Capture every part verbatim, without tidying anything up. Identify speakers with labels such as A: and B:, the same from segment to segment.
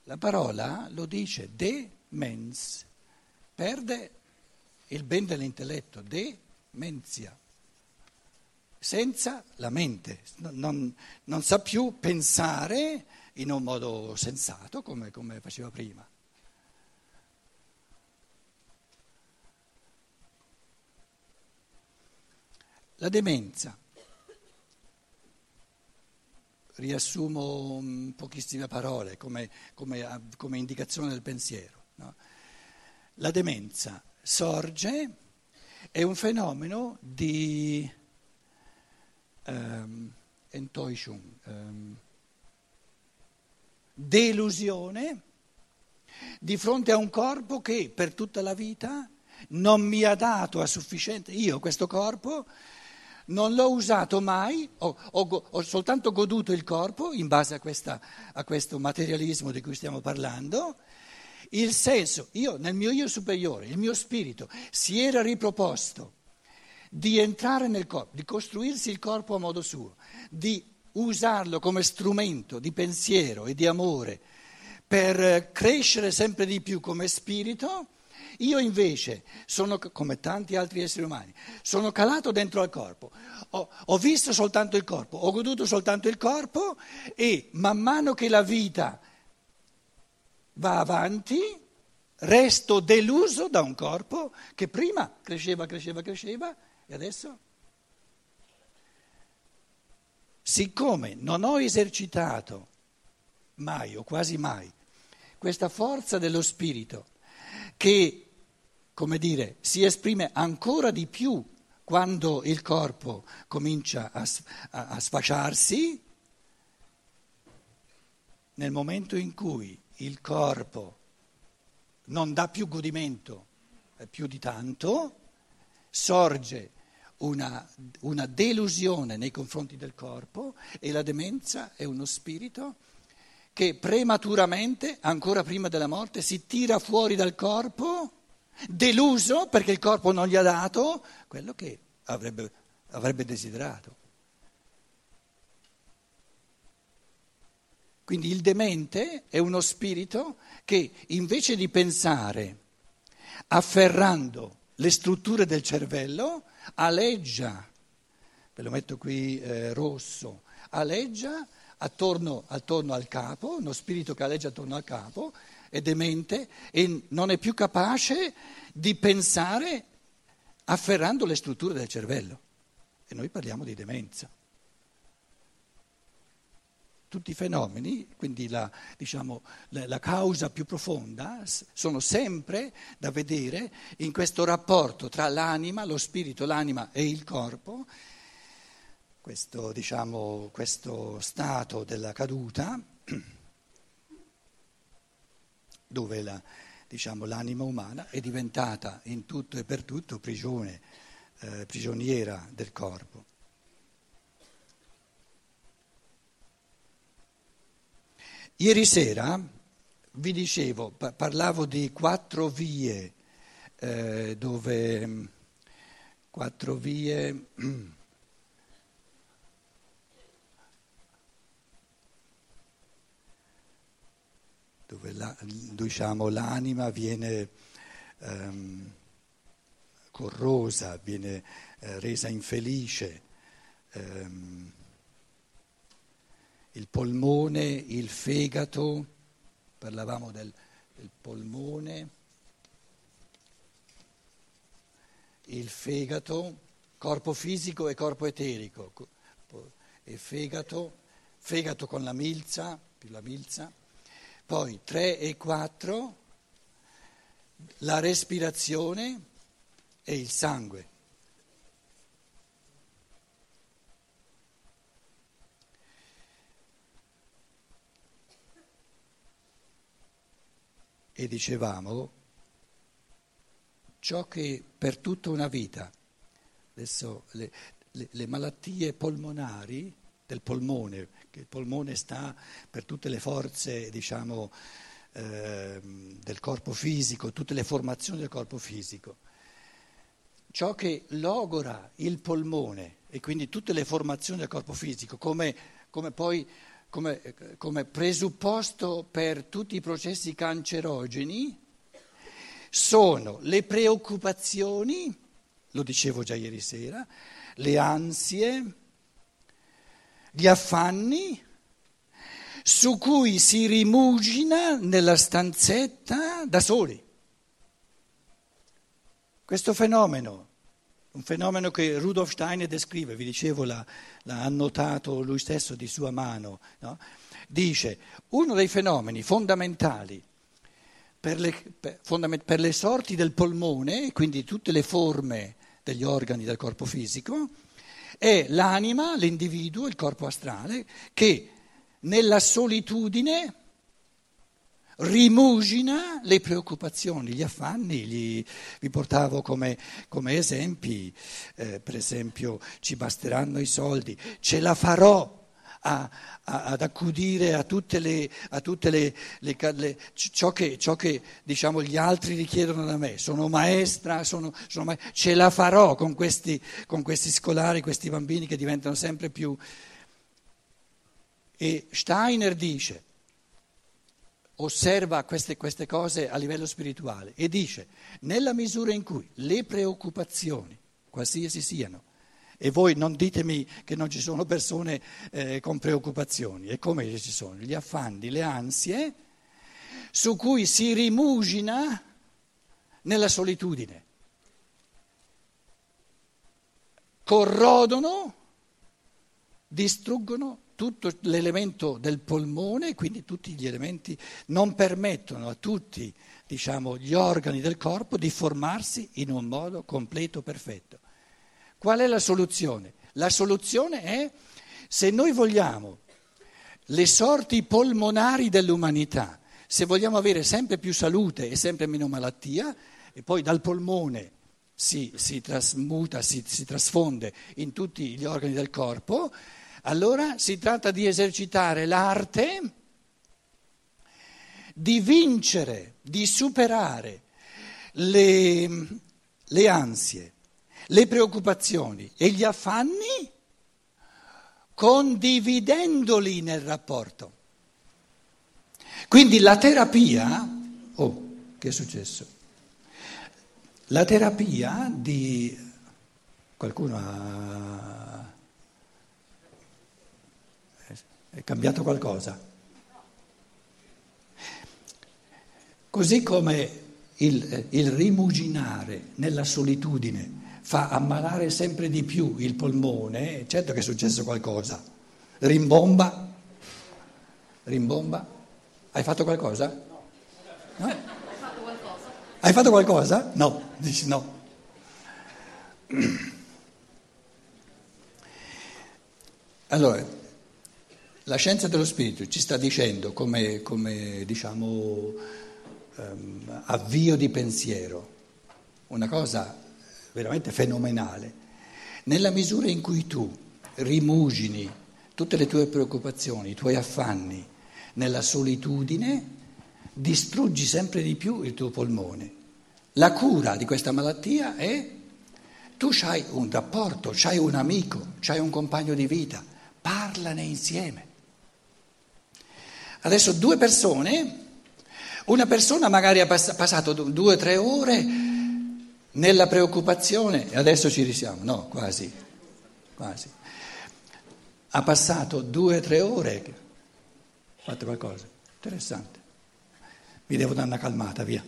A: La parola lo dice, demens, perde il ben dell'intelletto, demenzia, senza la mente, non, non sa più pensare in un modo sensato come, come faceva prima. La demenza, riassumo in pochissime parole come, come, come indicazione del pensiero, no? La demenza sorge, è un fenomeno di um, Enttäuschung, um, delusione di fronte a un corpo che per tutta la vita non mi ha dato a sufficiente. Io questo corpo non l'ho usato mai, ho, ho, ho soltanto goduto il corpo in base a, questa, a questo materialismo di cui stiamo parlando. Il senso, io nel mio io superiore, il mio spirito si era riproposto di entrare nel corpo, di costruirsi il corpo a modo suo, di usarlo come strumento di pensiero e di amore per crescere sempre di più come spirito. Io invece sono, come tanti altri esseri umani, sono calato dentro al corpo, ho, ho visto soltanto il corpo, ho goduto soltanto il corpo e man mano che la vita va avanti resto deluso da un corpo che prima cresceva, cresceva, cresceva e adesso, siccome non ho esercitato mai o quasi mai questa forza dello spirito che, come dire, si esprime ancora di più quando il corpo comincia a, a, a sfasciarsi, nel momento in cui il corpo non dà più godimento più di tanto, sorge una, una delusione nei confronti del corpo e la demenza è uno spirito che prematuramente, ancora prima della morte, si tira fuori dal corpo, deluso perché il corpo non gli ha dato quello che avrebbe, avrebbe desiderato. Quindi il demente è uno spirito che invece di pensare afferrando le strutture del cervello, aleggia, ve lo metto qui eh, rosso, aleggia attorno, attorno al capo, uno spirito che aleggia attorno al capo, è demente e non è più capace di pensare afferrando le strutture del cervello. E noi parliamo di demenza. Tutti i fenomeni, quindi la, diciamo, la, la causa più profonda, sono sempre da vedere in questo rapporto tra l'anima, lo spirito, l'anima e il corpo, questo, diciamo, questo stato della caduta, dove la, diciamo, l'anima umana è diventata in tutto e per tutto prigione, eh, prigioniera del corpo. Ieri sera vi dicevo, pa- parlavo di quattro vie, eh, dove quattro vie dove la, diciamo, l'anima viene ehm, corrosa, viene eh, resa infelice. Ehm, Il polmone, il fegato, parlavamo del, del polmone, il fegato, corpo fisico e corpo eterico, e fegato, fegato con la milza, più la milza, poi tre e quattro, la respirazione e il sangue. E dicevamo, ciò che per tutta una vita, adesso le, le, le malattie polmonari del polmone, che il polmone sta per tutte le forze, diciamo, eh, del corpo fisico, tutte le formazioni del corpo fisico, ciò che logora il polmone e quindi tutte le formazioni del corpo fisico, come, come poi come, come presupposto per tutti i processi cancerogeni sono le preoccupazioni, lo dicevo già ieri sera, le ansie, gli affanni su cui si rimugina nella stanzetta da soli. Questo fenomeno, un fenomeno che Rudolf Steiner descrive, vi dicevo, l'ha, l'ha annotato lui stesso di sua mano, no? Dice, uno dei fenomeni fondamentali per le, per, fondament- per le sorti del polmone, quindi tutte le forme degli organi del corpo fisico, è l'anima, l'individuo, il corpo astrale, che nella solitudine rimugina le preoccupazioni, gli affanni, gli, vi portavo come, come esempi, eh, per esempio ci basteranno i soldi, ce la farò a, a, ad accudire a tutte le, a tutte le, le, le ciò che, ciò che diciamo gli altri richiedono da me, sono maestra, sono, sono ma, ce la farò con questi, con questi scolari, questi bambini che diventano sempre più... E Steiner dice, osserva queste, queste cose a livello spirituale e dice, nella misura in cui le preoccupazioni, qualsiasi siano, e voi non ditemi che non ci sono persone eh, con preoccupazioni, e come ci sono, gli affanni, le ansie, su cui si rimugina nella solitudine, corrodono, distruggono tutto l'elemento del polmone, quindi tutti gli elementi non permettono a tutti, diciamo, gli organi del corpo di formarsi in un modo completo, perfetto. Qual è la soluzione? La soluzione è, se noi vogliamo le sorti polmonari dell'umanità, se vogliamo avere sempre più salute e sempre meno malattia, e poi dal polmone si, si trasmuta, si, si trasfonde in tutti gli organi del corpo, allora si tratta di esercitare l'arte di vincere, di superare le, le ansie, le preoccupazioni e gli affanni condividendoli nel rapporto. Quindi la terapia, oh, che è successo? La terapia di qualcuno ha è cambiato qualcosa. Così come il, il rimuginare nella solitudine fa ammalare sempre di più il polmone, certo che è successo qualcosa. Rimbomba, rimbomba. Hai fatto qualcosa? No. Hai fatto qualcosa? Hai fatto qualcosa? No, dici no. Allora, la scienza dello spirito ci sta dicendo come, come diciamo, um, avvio di pensiero, una cosa veramente fenomenale. Nella misura in cui tu rimugini tutte le tue preoccupazioni, i tuoi affanni nella solitudine, distruggi sempre di più il tuo polmone. La cura di questa malattia è tu c'hai un rapporto, c'hai un amico, c'hai un compagno di vita, parlane insieme. Adesso due persone, una persona magari ha pass- passato due o tre ore nella preoccupazione, e adesso ci risiamo, no, quasi, quasi. Ha passato due o tre ore, ha fatto qualcosa, interessante, mi devo dare una calmata, via.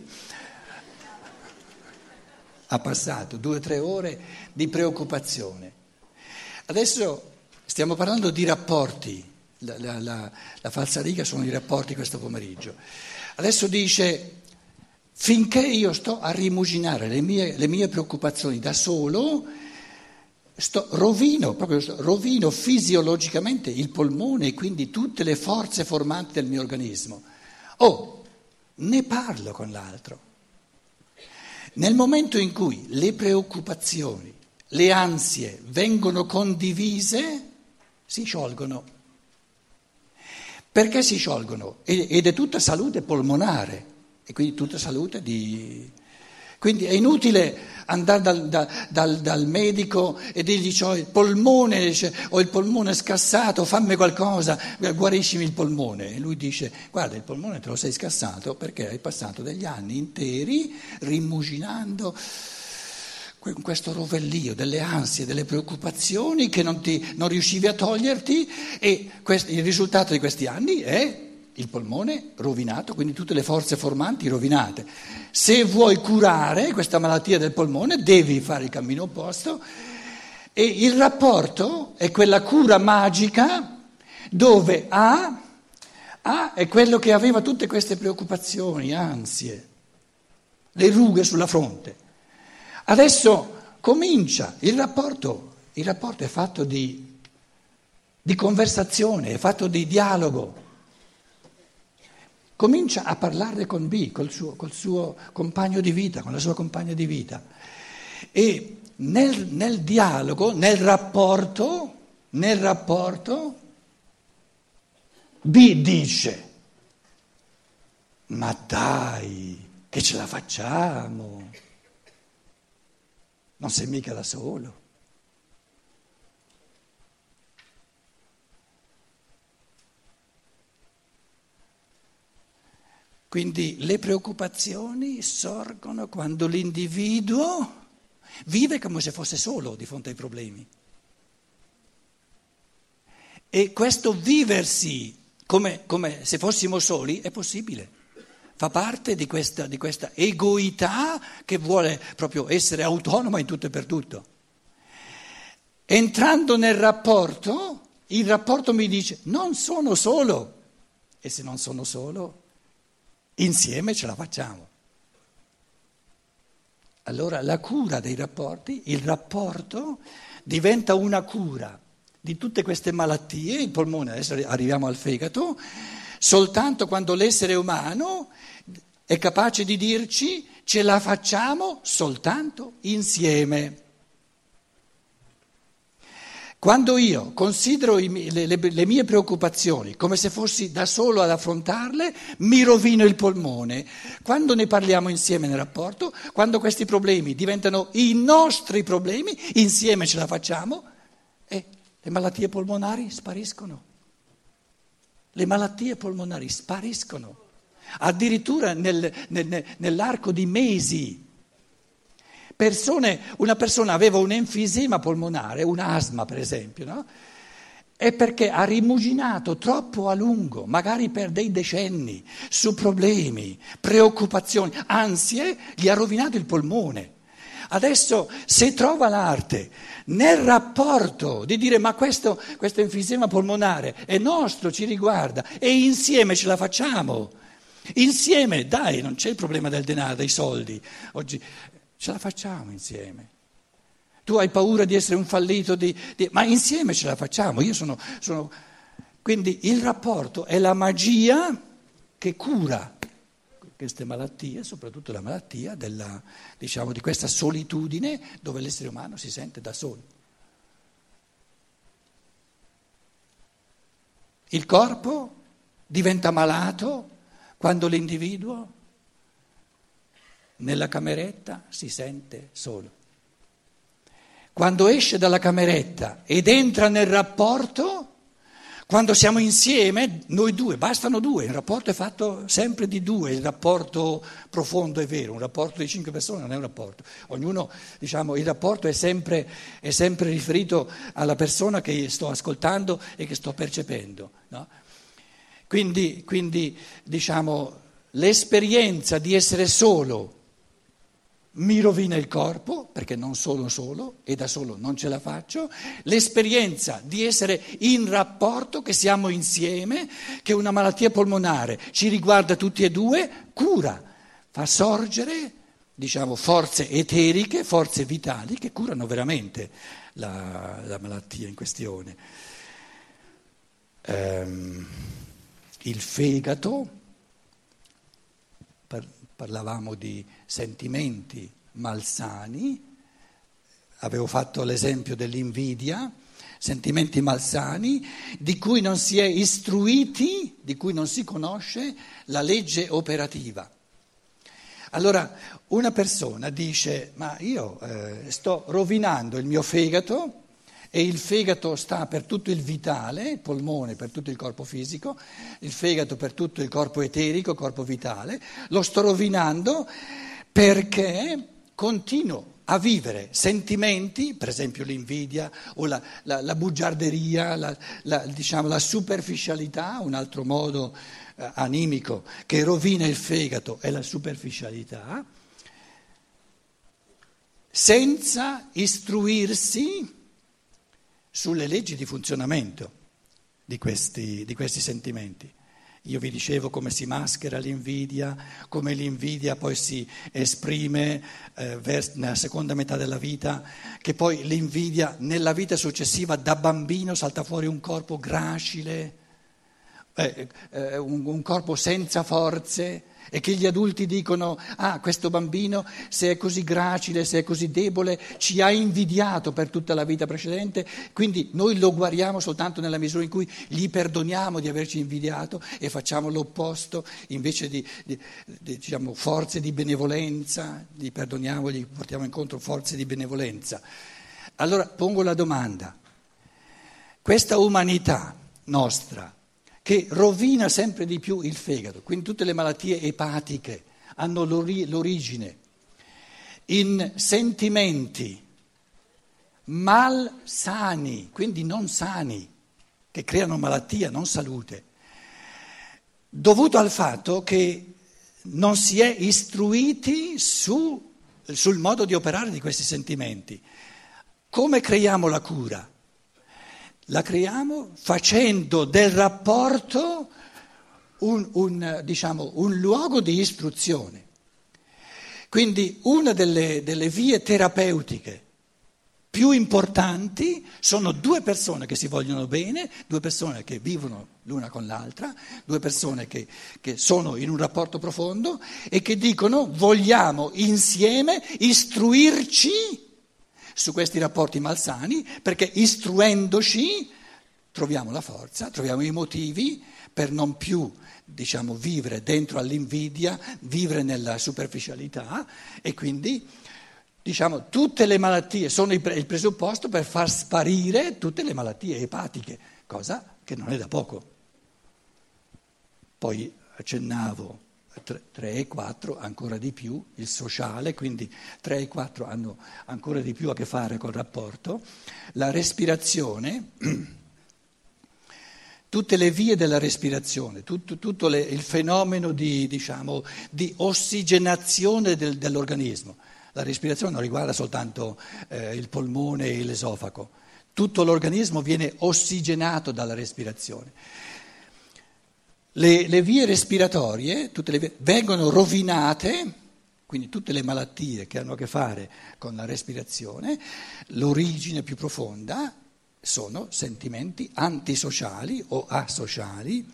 A: Ha passato due o tre ore di preoccupazione. Adesso stiamo parlando di rapporti. La, la, la, la falsariga sono i rapporti questo pomeriggio. Adesso dice, finché io sto a rimuginare le mie, le mie preoccupazioni da solo, sto, rovino, proprio rovino fisiologicamente il polmone e quindi tutte le forze formanti del mio organismo. Oh, ne parlo con l'altro. Nel momento in cui le preoccupazioni, le ansie vengono condivise, si sciolgono. Perché si sciolgono? Ed è tutta salute polmonare, e quindi tutta salute di, Quindi è inutile andare dal, dal, dal, dal medico e dirgli ho il polmone, dice, ho il polmone scassato, fammi qualcosa, guariscimi il polmone. E lui dice guarda, il polmone te lo sei scassato perché hai passato degli anni interi rimuginando questo rovellio delle ansie, delle preoccupazioni che non, ti, non riuscivi a toglierti e questo, il risultato di questi anni è il polmone rovinato, quindi tutte le forze formanti rovinate. Se vuoi curare questa malattia del polmone devi fare il cammino opposto e il rapporto è quella cura magica dove A, A è quello che aveva tutte queste preoccupazioni, ansie, le rughe sulla fronte. Adesso comincia il rapporto, il rapporto è fatto di, di conversazione, è fatto di dialogo. Comincia a parlare con B, col suo, col suo compagno di vita, con la sua compagna di vita. E nel, nel dialogo, nel rapporto, nel rapporto, B dice, ma dai, che ce la facciamo, non sei mica da solo. Quindi le preoccupazioni sorgono quando l'individuo vive come se fosse solo di fronte ai problemi. E questo viversi come, come se fossimo soli è possibile, fa parte di questa, di questa egoità che vuole proprio essere autonoma in tutto e per tutto. Entrando nel rapporto, il rapporto mi dice non sono solo, e se non sono solo, insieme ce la facciamo. Allora la cura dei rapporti, il rapporto diventa una cura di tutte queste malattie, il polmone, adesso arriviamo al fegato, soltanto quando l'essere umano è capace di dirci ce la facciamo soltanto insieme. Quando io considero i, le, le, le mie preoccupazioni come se fossi da solo ad affrontarle, mi rovino il polmone. Quando ne parliamo insieme nel rapporto, quando questi problemi diventano i nostri problemi, insieme ce la facciamo e le malattie polmonari spariscono. Le malattie polmonari spariscono, addirittura nel, nel, nell'arco di mesi. Persone, una persona aveva un enfisema polmonare, un asma per esempio, no? È perché ha rimuginato troppo a lungo, magari per dei decenni, su problemi, preoccupazioni, ansie, gli ha rovinato il polmone. Adesso se trova l'arte nel rapporto di dire ma questo, questo enfisema polmonare è nostro, ci riguarda e insieme ce la facciamo, insieme dai, non c'è il problema del denaro, dei soldi, oggi ce la facciamo insieme. Tu hai paura di essere un fallito, di, di, ma insieme ce la facciamo. Io sono, sono... Quindi il rapporto è la magia che cura queste malattie, soprattutto la malattia della, diciamo, di questa solitudine dove l'essere umano si sente da solo. Il corpo diventa malato quando l'individuo nella cameretta si sente solo. Quando esce dalla cameretta ed entra nel rapporto, quando siamo insieme, noi due, bastano due, il rapporto è fatto sempre di due, il rapporto profondo è vero, un rapporto di cinque persone non è un rapporto, ognuno, diciamo, il rapporto è sempre, è sempre riferito alla persona che sto ascoltando e che sto percependo, no? Quindi, quindi, diciamo, l'esperienza di essere solo mi rovina il corpo, perché non sono solo e da solo non ce la faccio, l'esperienza di essere in rapporto, che siamo insieme, che una malattia polmonare ci riguarda tutti e due, cura, fa sorgere, diciamo, forze eteriche, forze vitali che curano veramente la, la malattia in questione. Ehm, il fegato, parlavamo di sentimenti malsani, avevo fatto l'esempio dell'invidia, sentimenti malsani di cui non si è istruiti, di cui non si conosce la legge operativa. Allora una persona dice, ma io eh, sto rovinando il mio fegato e il fegato sta per tutto il vitale, il polmone per tutto il corpo fisico, il fegato per tutto il corpo eterico, corpo vitale, lo sto rovinando perché continuo a vivere sentimenti, per esempio l'invidia o la, la, la bugiarderia, la, la, diciamo, la superficialità, un altro modo eh, animico che rovina il fegato è la superficialità, senza istruirsi sulle leggi di funzionamento di questi, di questi sentimenti. Io vi dicevo come si maschera l'invidia, come l'invidia poi si esprime eh, vers- nella seconda metà della vita, che poi l'invidia nella vita successiva da bambino salta fuori un corpo gracile, eh, eh, un, un corpo senza forze, e che gli adulti dicono, ah, questo bambino se è così gracile, se è così debole, ci ha invidiato per tutta la vita precedente, quindi noi lo guariamo soltanto nella misura in cui gli perdoniamo di averci invidiato e facciamo l'opposto, invece di, di, di diciamo, forze di benevolenza, gli perdoniamo, gli portiamo incontro forze di benevolenza. Allora pongo la domanda, questa umanità nostra, che rovina sempre di più il fegato, quindi tutte le malattie epatiche hanno l'ori- l'origine in sentimenti malsani, quindi non sani, che creano malattia, non salute, dovuto al fatto che non si è istruiti su, sul modo di operare di questi sentimenti. Come creiamo la cura? La creiamo facendo del rapporto un, un, diciamo, un luogo di istruzione. Quindi una delle, delle vie terapeutiche più importanti sono due persone che si vogliono bene, due persone che vivono l'una con l'altra, due persone che, che sono in un rapporto profondo e che dicono vogliamo insieme istruirci su questi rapporti malsani, perché istruendoci troviamo la forza, troviamo i motivi per non più, diciamo, vivere dentro all'invidia, vivere nella superficialità e quindi, diciamo, tutte le malattie sono il presupposto per far sparire tutte le malattie epatiche, cosa che non è da poco. Poi accennavo tre e quattro ancora di più, il sociale, quindi tre e quattro hanno ancora di più a che fare col rapporto, la respirazione, tutte le vie della respirazione, tutto, tutto le, il fenomeno di, diciamo, di ossigenazione del, dell'organismo. La respirazione non riguarda soltanto eh, il polmone e l'esofago, tutto l'organismo viene ossigenato dalla respirazione. Le, le vie respiratorie tutte le vie, vengono rovinate, quindi tutte le malattie che hanno a che fare con la respirazione, l'origine più profonda sono sentimenti antisociali o asociali,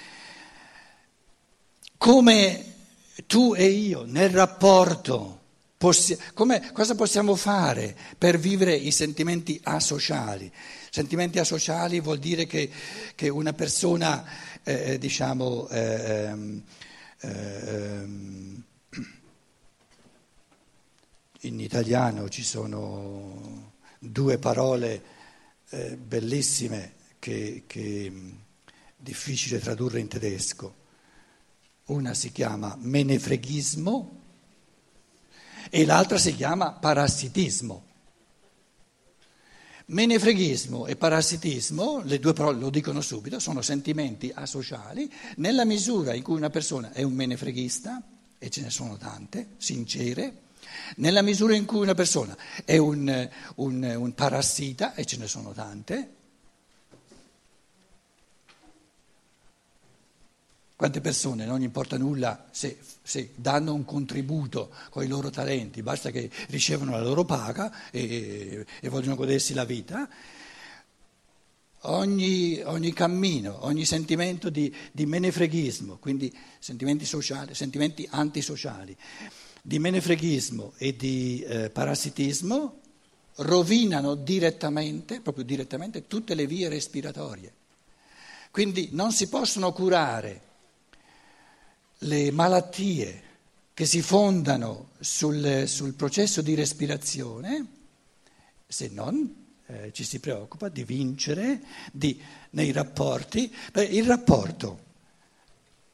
A: come tu e io nel rapporto, possi- come, cosa possiamo fare per vivere i sentimenti asociali? Sentimenti asociali vuol dire che, che una persona... Eh, diciamo, eh, eh, in italiano ci sono due parole eh, bellissime che, che è difficile tradurre in tedesco. Una si chiama menefreghismo e l'altra si chiama parassitismo. Menefreghismo e parassitismo, le due parole lo dicono subito, sono sentimenti asociali nella misura in cui una persona è un menefreghista, e ce ne sono tante, sincere, nella misura in cui una persona è un, un, un parassita, e ce ne sono tante. Quante persone non importa nulla se, se danno un contributo con i loro talenti, basta che ricevono la loro paga e, e vogliono godersi la vita. Ogni, ogni cammino, ogni sentimento di, di menefreghismo, quindi sentimenti sociali, sentimenti antisociali, di menefreghismo e di eh, parassitismo rovinano direttamente, proprio direttamente, tutte le vie respiratorie. Quindi non si possono curare le malattie che si fondano sul, sul processo di respirazione, se non eh, ci si preoccupa di vincere di, nei rapporti. Beh, il rapporto